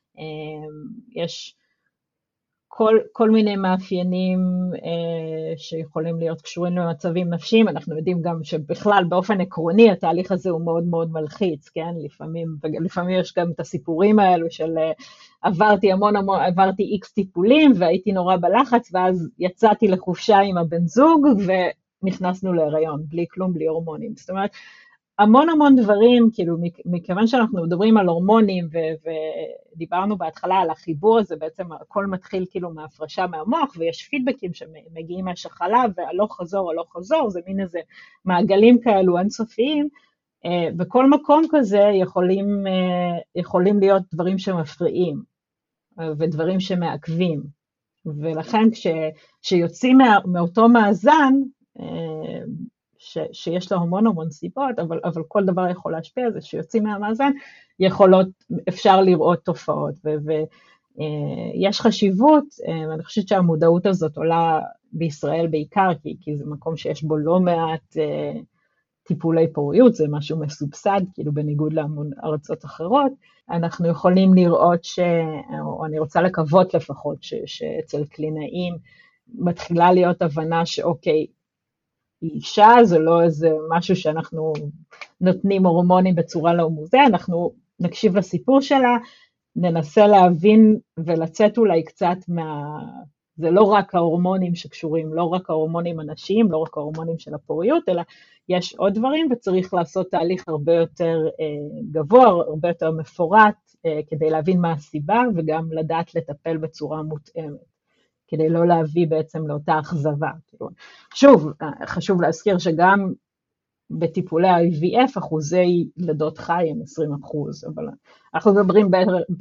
יש כל מיני מאפיינים שיכולים להיות קשורים למצבים נפשיים. אנחנו יודעים גם שבכלל באופן עקרוני התהליך הזה הוא מאוד מאוד מלחיץ, כן? לפעמים יש גם את הסיפורים האלו של עברתי איקס טיפולים והייתי נורא בלחץ, ואז יצאתי לחופשה עם הבן זוג ונכנסנו להיריון, בלי כלום, בלי הורמונים. זאת אומרת, המון דברים, כאילו, מכיוון שאנחנו מדברים על הורמונים, ודיברנו בהתחלה על החיבור הזה, בעצם הכל מתחיל כאילו מהפרשה מהמוח, ויש פידבקים שמגיעים מהשחלה, והלוך חזור, זה מין איזה מעגלים כאלו אינסופיים, בכל מקום כזה יכולים להיות דברים שמפריעים, ודברים שמעכבים, ולכן כשיוצאים מאותו מאזן, שיש לה המון סיבות, אבל כל דבר יכול להשפיע, זה שיוצאים מהמאזן, אפשר לראות תופעות, ויש חשיבות, ואני חושבת שהמודעות הזאת עולה בישראל בעיקר, כי זה מקום שיש בו לא מעט טיפולי פוריות, זה משהו מסובסד, כאילו בניגוד להמון ארצות אחרות, אנחנו יכולים לראות או אני רוצה לקוות לפחות, שאצל קלינאים מתחילה להיות הבנה שאוקיי, אישה זה לא איזה משהו שאנחנו נותנים הורמונים בצורה לא מוזרה, אנחנו נקשיב לסיפור שלה, ננסה להבין ולצאת אולי קצת זה לא רק ההורמונים שקשורים, לא רק ההורמונים הנשיים, לא רק ההורמונים של הפוריות, אלא יש עוד דברים וצריך לעשות תהליך הרבה יותר גבוה, הרבה יותר מפורט, כדי להבין מה הסיבה וגם לדעת לטפל בצורה מותאמת. כדי לא להביא בעצם לאותה אכזבה. שוב, חשוב להזכיר שגם בטיפולי ה-IVF אחוזי לידות חי הם 20%, אבל אנחנו מדברים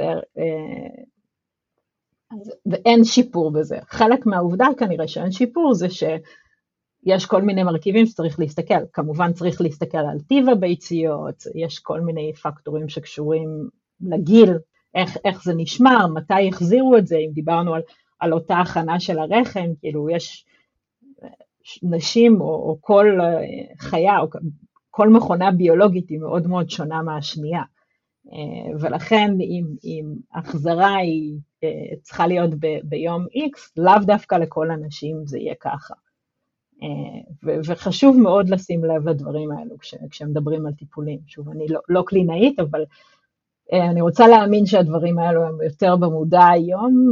ואין שיפור בזה. חלק מהעובדה כנראה שאין שיפור זה שיש כל מיני מרכיבים שצריך להסתכל, כמובן צריך להסתכל על טיב הביציות, יש כל מיני פקטורים שקשורים לגיל, איך זה נשמר, מתי החזירו את זה, אם דיברנו על אותה הכנה של הרחם, כאילו יש נשים או כל חיה, או כל מכונה ביולוגית היא מאוד מאוד שונה מהשנייה, ולכן אם החזרה היא צריכה להיות ביום X, לאו דווקא לכל הנשים זה יהיה ככה. וחשוב מאוד לשים לב לדברים האלו כשמדברים על טיפולים. שוב, אני לא קלינאית, אבל אני רוצה להאמין שהדברים האלו הם יותר במודע היום,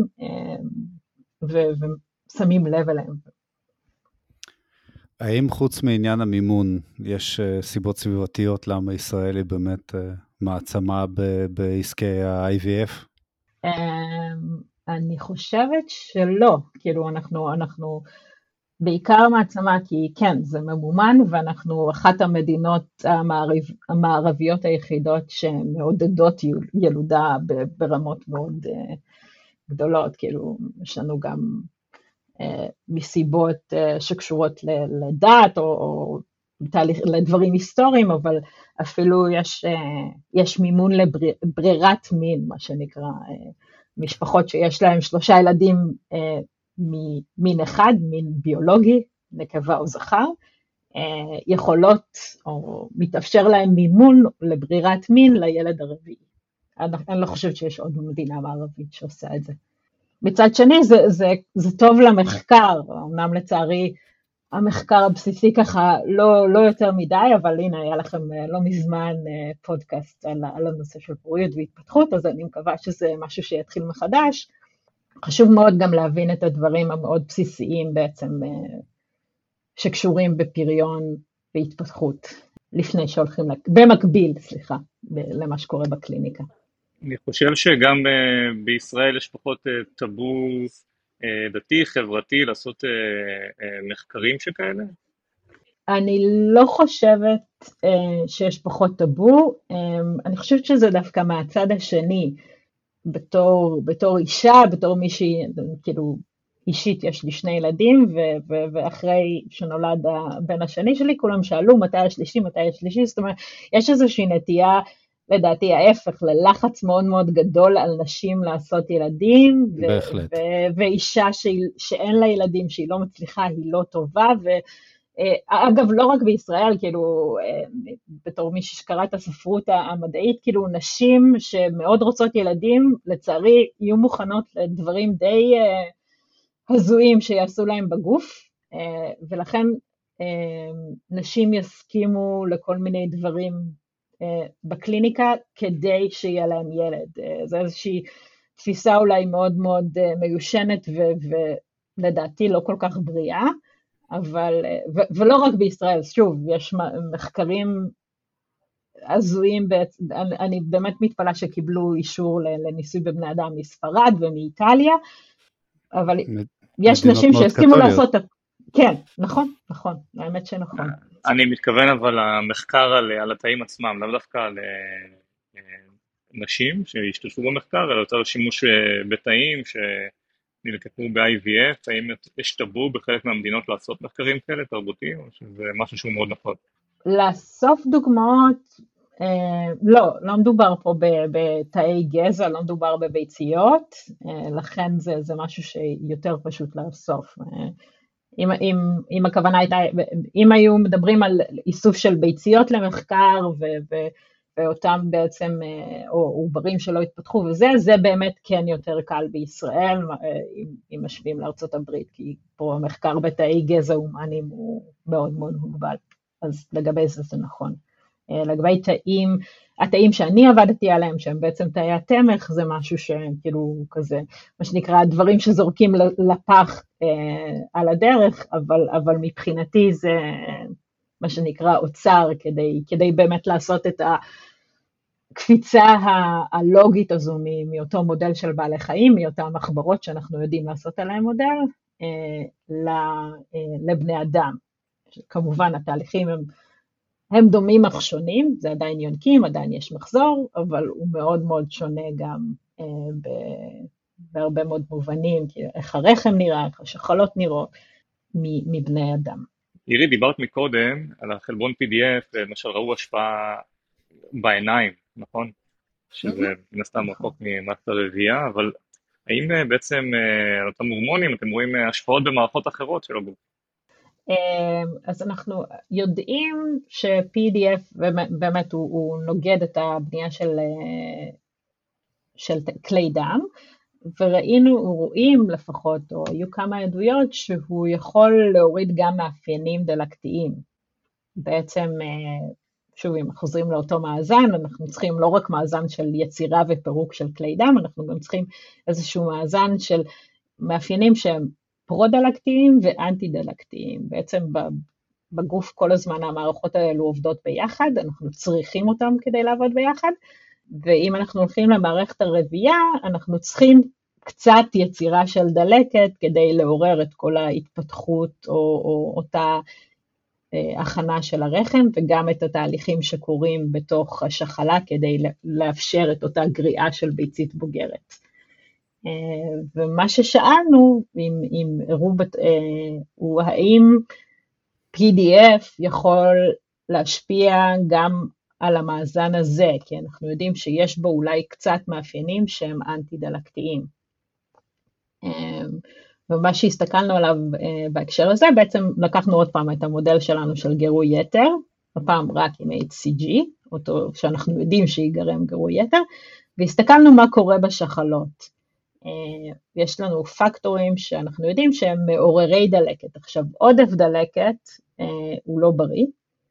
ושמים לב אליהם. האם חוץ מעניין המימון, יש סיבות סביבתיות למה ישראל היא באמת מעצמה בעסקי ה-IVF? אני חושבת שלא, כאילו אנחנו בעיקר מעצמה, כי כן, זה ממומן, ואנחנו אחת המדינות המערביות היחידות שמעודדות ילודה ברמות מאוד גדולות, כאילו יש לנו גם מסיבות שקשורות לדת או לדברים היסטוריים, אבל אפילו יש מימון לברירת מין, מה שנקרא, משפחות שיש להם 3 ילדים ממין אחד, מין ביולוגי, נקבה או זכר, יכולות או מתאפשר להם מימון לברירת מין לילד הרביעי. אני לא חושבת שיש עוד מדינה מערבית שעושה את זה. מצד שני, זה טוב למחקר, אמנם לצערי המחקר הבסיסי ככה לא יותר מדי, אבל הנה היה לכם לא מזמן פודקאסט על הנושא של פוריות והתפתחות, אז אני מקווה שזה משהו שיתחיל מחדש. חשוב מאוד גם להבין את הדברים המאוד בסיסיים בעצם, שקשורים בפריון והתפתחות, לפני שהולכים, במקביל, למה שקורה בקליניקה. אני חושב שגם בישראל יש פחות טאבו דתי, חברתי, לעשות מחקרים שכאלה? אני לא חושבת שיש פחות טאבו, אני חושבת שזה דווקא מהצד השני, בתור אישה, בתור מישהי, כאילו, אישית יש לי 2 ילדים, ואחרי שנולד הבן השני שלי, כולם שאלו מתי השלישי, זאת אומרת, יש איזושהי נטייה, לדעתי ההפך, ללחץ מאוד מאוד גדול על נשים לעשות ילדים, בהחלט. ואישה שאין לה ילדים, שהיא לא מצליחה, היא לא טובה, אגב, לא רק בישראל, כאילו, בתור מישהי שקרא את הספרות המדעית, כאילו, נשים שמאוד רוצות ילדים, לצערי, יהיו מוכנות לדברים די הזויים שיעשו להם בגוף, ולכן נשים יסכימו לכל מיני דברים בקליניקה, כדי שיהיה להם ילד. זו איזושהי תפיסה אולי מאוד מאוד מיושנת, ולדעתי לא כל כך בריאה, אבל, ולא רק בישראל, שוב, יש מחקרים הזויים, אני באמת מתפלאה שקיבלו אישור לניסוי בבני אדם מספרד ומאיטליה, אבל יש נשים שהסכימו לעשות, כן, נכון, האמת שנכון. אני מתכוון אבל המחקר על התאים עצמם, לאו דווקא על נשים שהשתתפו במחקר, אלא יותר שימוש בתאים נלקחו ב-IVF, האם יש טאבו בחלק מהמדינות לעשות מחקרים כאלה תרבותיים, או שזה משהו שהוא מאוד נכון? לאסוף דוגמאות, לא מדובר פה בתאי גזע, לא מדובר בביציות, לכן זה משהו שיותר פשוט לאסוף. אם הכוונה הייתה, אם היו מדברים על איסוף של ביציות למחקר, ואותם בעצם, או עוברים שלא התפתחו, זה באמת כן יותר קל בישראל, אם משווים לארצות הברית, כי פה המחקר בתאי גזע הומנים הוא מאוד מאוד מוגבל, אז לגבי זה נכון. לגבי התאים שאני עבדתי עליהם, שהם בעצם תאי התמך, זה משהו שהם כאילו כזה, מה שנקרא, דברים שזורקים לפח על הדרך, אבל מבחינתי זה מה שנקרא אוצר, כדי באמת לעשות את הקפיצה הלוגית הזו מאותו מודל של בעלי חיים, מאותם מחברות שאנחנו יודעים לעשות עליהם מודל, לבני אדם. כמובן התהליכים הם דומים אך שונים, זה עדיין יונקים, עדיין יש מחזור, אבל הוא מאוד מאוד שונה גם בהרבה מאוד מובנים, איך הרחם נראה, איך השחלות נראות מבני אדם. אירי, דיברת מקודם על החלבון PDF, למשל ראו השפעה בעיניים, נכון? שזה נסתם רחוק ממערכת הרבייה, אבל האם בעצם על אותם הורמונים אתם רואים השפעות במערכות אחרות של הגוף? אז אנחנו יודעים ש-PDF באמת הוא נוגד את הבנייה של כלי דם, רואים לפחות, או היו כמה עדויות, שהוא יכול להוריד גם מאפיינים דלקתיים. בעצם, שוב, אם חוזרים לאותו מאזן, אנחנו צריכים לא רק מאזן של יצירה ופירוק של כלי דם, אנחנו גם צריכים איזשהו מאזן של מאפיינים שהם פרו-דלקתיים ואנטי-דלקתיים. בעצם בגוף כל הזמן המערכות האלו עובדות ביחד, אנחנו צריכים אותם כדי לעבוד ביחד, ואם אנחנו הולכים למערכת הרבייה, אנחנו צריכים קצת יצירה של דלקת כדי לעורר את כל ההתפתחות או אותה הכנה של הרחם, וגם את התהליכים שקורים בתוך השחלה כדי לאפשר את אותה גריעה של ביצית בוגרת. ומה ששאלנו, הוא האם PDF יכול להשפיע גם על המאזן הזה, כי אנחנו יודעים שיש בו אולי קצת מאפיינים שהם אנטי-דלקתיים. ומה שהסתכלנו עליו בהקשר הזה, בעצם לקחנו עוד פעם את המודל שלנו של גירוי יתר, הפעם רק עם HCG, אותו שאנחנו יודעים שיגרם גירוי יתר, והסתכלנו מה קורה בשחלות. יש לנו פקטורים שאנחנו יודעים שהם מעוררי דלקת. עכשיו, עודף דלקת הוא לא בריא,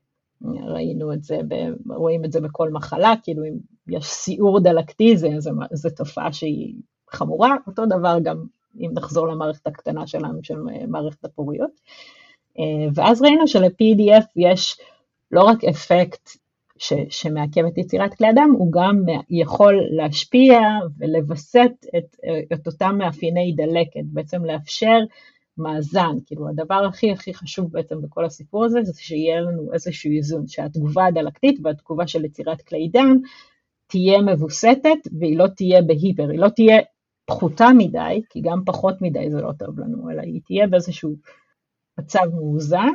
רואים את זה בכל מחלה, כאילו אם יש סיעור דלקתי, זה תופעה שהיא חמורה, אותו דבר גם אם נחזור למערכת הקטנה שלנו, של מערכת הפוריות, ואז ראינו של-PDF יש לא רק אפקט שמעכב את יצירת כלי הדם, הוא גם יכול להשפיע ולבסט את אותם מאפייני דלקת, בעצם לאפשר מאזן, כאילו הדבר הכי חשוב בעצם בכל הסיפור הזה, זה שיהיה לנו איזשהו איזון, שהתגובה הדלקתית והתגובה של יצירת כלי דם, תהיה מבוסתת והיא לא תהיה בהיפר, היא לא תהיה פחותה מדי, כי גם פחות מדי זה לא טוב לנו, אלא היא תהיה באיזשהו מצב מאוזן,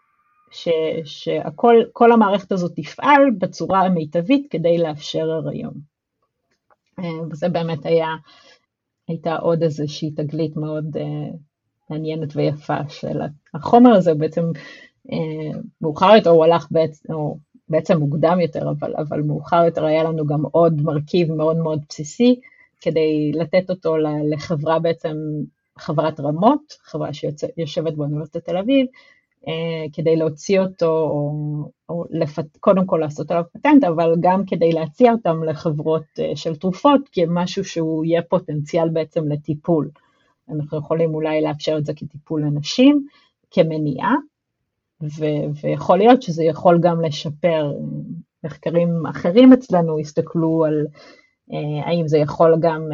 שכל המערכת הזאת תפעל בצורה המיטבית כדי לאפשר הריון. וזה באמת הייתה עוד איזושהי תגלית מאוד מעניינת ויפה של החומר הזה, בעצם מאוחר יותר הוא הלך בעצם מוקדם יותר, אבל מאוחר יותר היה לנו גם עוד מרכיב מאוד מאוד בסיסי, כדי לתת אותו לחברה בעצם, חברת רמות, חברה שיושבת באוניברסיטת תל אביב, כדי להוציא אותו, או קודם כל לעשות עליו פטנט, אבל גם כדי להציע אותם לחברות של תרופות, כמשהו שהוא יהיה פוטנציאל בעצם לטיפול. אנחנו יכולים אולי לאפשר את זה כטיפול לנשים, כמניעה, ויכול להיות שזה יכול גם לשפר. מחקרים אחרים אצלנו הסתכלו על האם זה יכול גם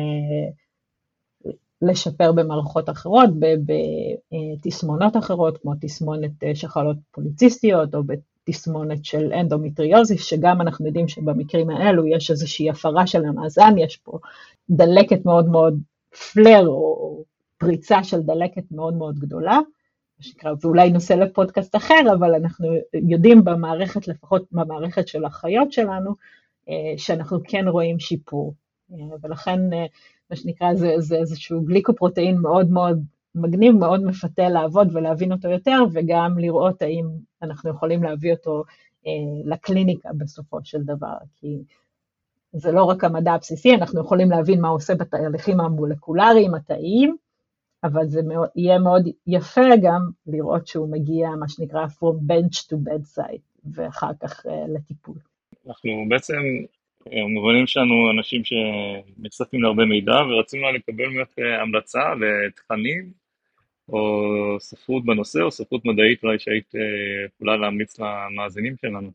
לשפר במערכות אחרות, בתסמונות אחרות, כמו תסמונת שחלות פוליציסטיות, או בתסמונת של אנדומטריוזיס, שגם אנחנו יודעים שבמקרים האלו יש איזושהי הפרה של המאזן, יש פה דלקת מאוד מאוד פלר, או פריצה של דלקת מאוד מאוד גדולה, ואולי נושא לפודקאסט אחר, אבל אנחנו יודעים במערכת, לפחות במערכת של החיות שלנו, שאנחנו כן רואים שיפור, ולכן מה שנקרא זה איזשהו גליקופרוטאין מאוד מאוד מגניב, מאוד מפתה לעבוד ולהבין אותו יותר, וגם לראות האם אנחנו יכולים להביא אותו לקליניקה בסופו של דבר, כי זה לא רק המדע הבסיסי, אנחנו יכולים להבין מה הוא עושה בתהליכים המולקולריים, התאיים, אבל זה יהיה מאוד יפה גם לראות שהוא מגיע, מה שנקרא, from bench to bedside, ואחר כך לטיפול. אנחנו בעצם, המובנים שלנו אנשים שנחשפים להרבה מידע, ורצינו לקבל ממך המלצה לתכנים, או ספרות בנושא, או ספרות מדעית, אולי שהיית יכולה להמליץ למאזינים שלנו.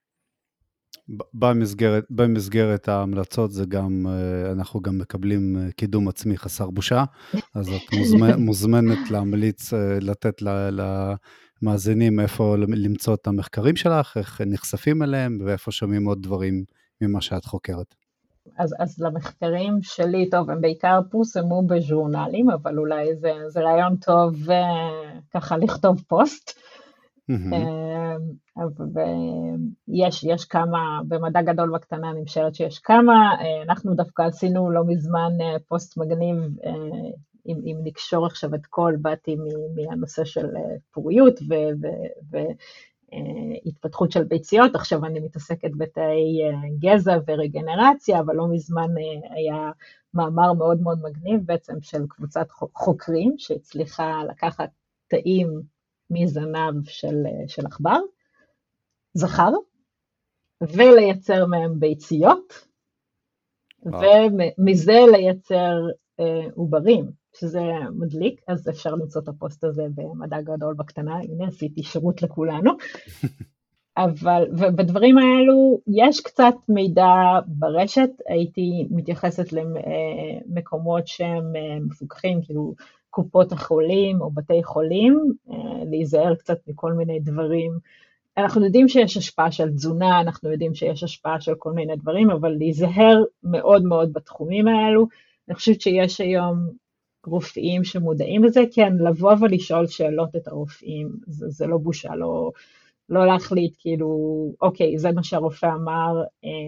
במסגרת ההמלצות זה גם, אנחנו גם מקבלים קידום עצמי חסר בושה, אז את מוזמנת להמליץ, לתת למאזינים איפה למצוא את המחקרים שלך, איך נחשפים אליהם, ואיפה שומעים עוד דברים ממה שאת חוקרת. אז למחקרים שלי, טוב, הם בעיקר פורסמו בז'ורנלים, אבל אולי זה רעיון טוב ככה לכתוב פוסט. יש כמה, במדע גדול בקטנה אני משערת שיש כמה, אנחנו דווקא עשינו לא מזמן פוסט מגניב, אם נקשור עכשיו את כל, באתי מהנושא של פוריות והתפתחות של ביציות, עכשיו אני מתעסקת בתאי גזע ורגנרציה, אבל לא מזמן היה מאמר מאוד מאוד מגניב בעצם של קבוצת חוקרים שהצליחה לקחת תאים מזנב של עכבר, זכר, ולייצר מהם ביציות, ומזה לייצר עוברים, שזה מדליק, אז אפשר למצוא את הפוסט הזה במדע גדול בקטנה, הנה עשיתי שירות לכולנו, ובדברים האלו יש קצת מידע ברשת, הייתי מתייחסת למקומות שהם מפוקחים, כאילו קופות החולים או בתי חולים, להיזהר קצת מכל מיני דברים. אנחנו יודעים שיש השפעה של תזונה, אנחנו יודעים שיש השפעה של כל מיני דברים, אבל להיזהר מאוד מאוד בתחומים האלו. אני חושבת שיש היום רופאים שמודעים לזה, כן, לבוא ולשאול שאלות את הרופאים, זה לא בושה, לא להחליט כאילו, אוקיי, זה מה שהרופא אמר,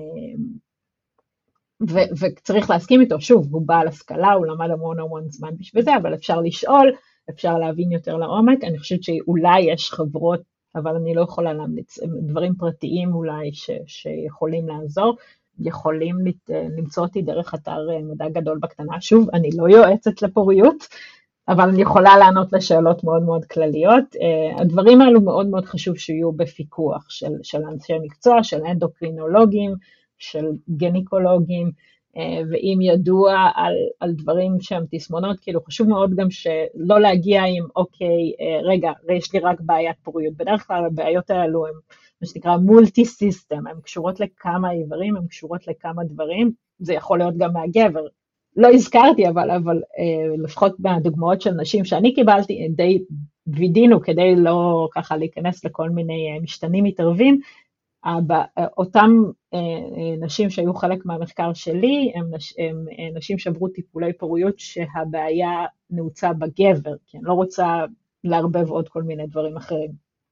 וצריך להסכים איתו, שוב, הוא בעל השכלה, הוא למד המון זמן בשביל זה, אבל אפשר לשאול, אפשר להבין יותר לעומק, אני חושבת שאולי יש חברות, אבל אני לא יכולה להמליץ, דברים פרטיים אולי שיכולים לעזור, יכולים למצוא אותי דרך אתר מדע גדול בקטנה, שוב, אני לא יועצת לפוריות, אבל אני יכולה לענות לשאלות מאוד מאוד כלליות, הדברים האלו מאוד מאוד חשוב שיהיו בפיקוח של אנשי מקצוע, של אנדוקרינולוגים, של גניקולוגים, ואם ידוע על דברים שהם תסמונות, כאילו חשוב מאוד גם שלא להגיע עם, אוקיי, רגע, יש לי רק בעיית פוריות, בדרך כלל הבעיות האלו הן, מה שנקרא מולטי סיסטם, הן קשורות לכמה איברים, הן קשורות לכמה דברים, זה יכול להיות גם מהגבר, לא הזכרתי, אבל לפחות מהדוגמאות של נשים שאני קיבלתי, די וידינו כדי לא ככה להיכנס לכל מיני משתנים מתערבים, אותם נשים שהיו חלק מהמחקר שלי, הם נשים שעברו טיפולי פוריות שהבעיה נעוצה בגבר, כי אני לא רוצה לערבב עוד כל מיני דברים אחרים.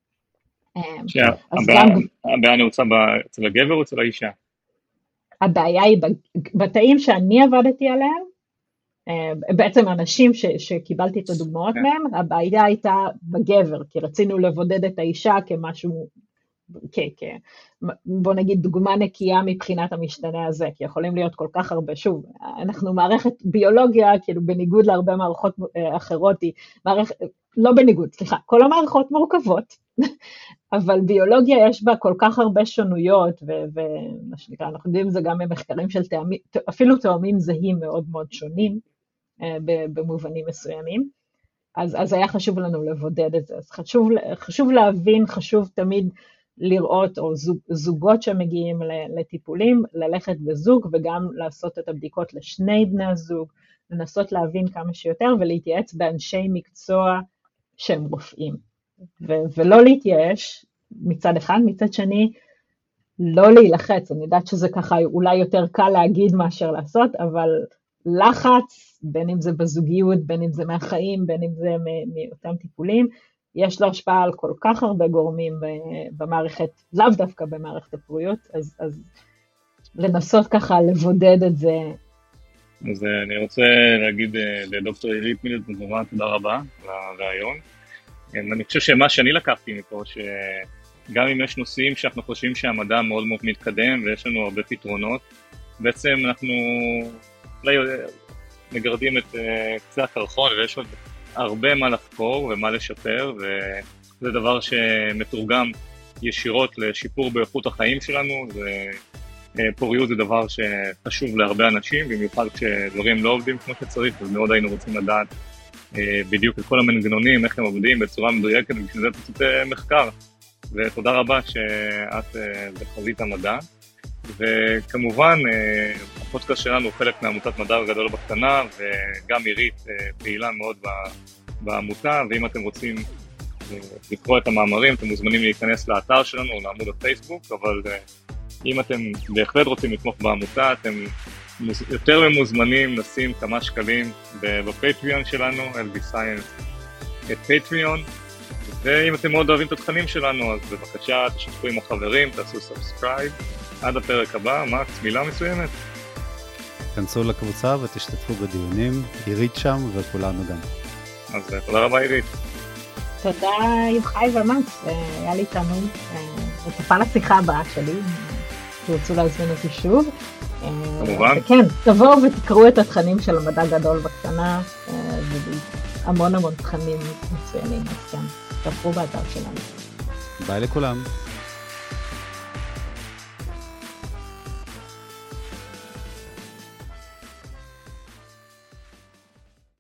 הבעיה נעוצה אצל הגבר או אצל האישה? הבעיה היא בתאים שאני עבדתי עליהם, בעצם אנשים שקיבלתי את הדוגמאות מהם, הבעיה הייתה בגבר, כי רצינו לבודד את האישה כמשהו, בוא נגיד דוגמה נקייה מבחינת המשתנה הזה, כי יכולים להיות כל כך הרבה, שוב, אנחנו מערכת ביולוגיה, כאילו בניגוד להרבה מערכות אחרות, היא מערכת, לא בניגוד, סליחה, כל המערכות מורכבות, אבל ביולוגיה יש בה כל כך הרבה שונויות, ומה שנקרא, אנחנו יודעים זה גם במחקרים של תאמים, אפילו תאומים זהים מאוד מאוד שונים, במובנים מסוימים, אז היה חשוב לנו לבודד את זה, אז חשוב להבין, חשוב תמיד לראות, או זוגות שמגיעים לטיפולים, ללכת בזוג, וגם לעשות את הבדיקות לשני בני הזוג, לנסות להבין כמה שיותר, ולהתייעץ באנשי מקצוע שהם רופאים, ולא להתייאש מצד אחד, מצד שני, לא להילחץ, אני יודעת שזה ככה אולי יותר קל להגיד מאשר לעשות, אבל לחץ, בין אם זה בזוגיות, בין אם זה מהחיים, בין אם זה מאותם טיפולים, יש לו השפעה על כל כך הרבה גורמים במערכת, לאו דווקא במערכת הפוריות, אז לנסות ככה לבודד את זה. אז אני רוצה להגיד לדוקטור עירית מילר, תודה רבה לרעיון. אני חושב שמה שאני לקחתי מפה, שגם אם יש נושאים שאנחנו חושבים שהמדע מאוד מאוד מתקדם, ויש לנו הרבה פתרונות, בעצם אנחנו מגרדים את קצה הקרחון, ויש עוד הרבה מה לחקור ומה לשפר, וזה דבר שמתורגם ישירות לשיפור באיכות החיים שלנו, ופוריות זה דבר שחשוב להרבה אנשים, במיוחד כשדברים לא עובדים כמו שצריך, אז מאוד היינו רוצים לדעת בדיוק את כל המנגנונים, איך הם עובדים בצורה מדויקת, ובשביל זה פשוט מחקר. ותודה רבה שאת בחזית המדע. וכמובן, הפודקאסט שלנו הוא חלק מעמותת מדע גדול בקטנה, וגם עירית פעילה מאוד בעמותה, ואם אתם רוצים לקרוא את המאמרים, אתם מוזמנים להיכנס לאתר שלנו או לעמוד הפייסבוק, אבל אם אתם בהחלט רוצים לתמוך בעמותה, אתם יותר ממוזמנים לשים כמה שקלים בפטריון שלנו, LV Science את פטריון, ואם אתם מאוד אוהבים את התכנים שלנו, אז בבקשה תשתפו עם החברים, תעשו סאבסקרייב. עד הפרק הבא, מקס, מילה מסוימת? כנסו לקבוצה ותשתתפו בדיונים, עירית שם וכולנו גם. אז תודה רבה עירית. תודה יוחאי ומקס, היה לי תענוג, וצפה לשיחה הבאה שלי, תרצו להזמין אותי שוב. כמובן. כן, תבואו ותקראו את התכנים של המדע גדול בקטנה, המון המון תכנים מצוינים, אז כן, תפרו באתר שלנו. ביי לכולם.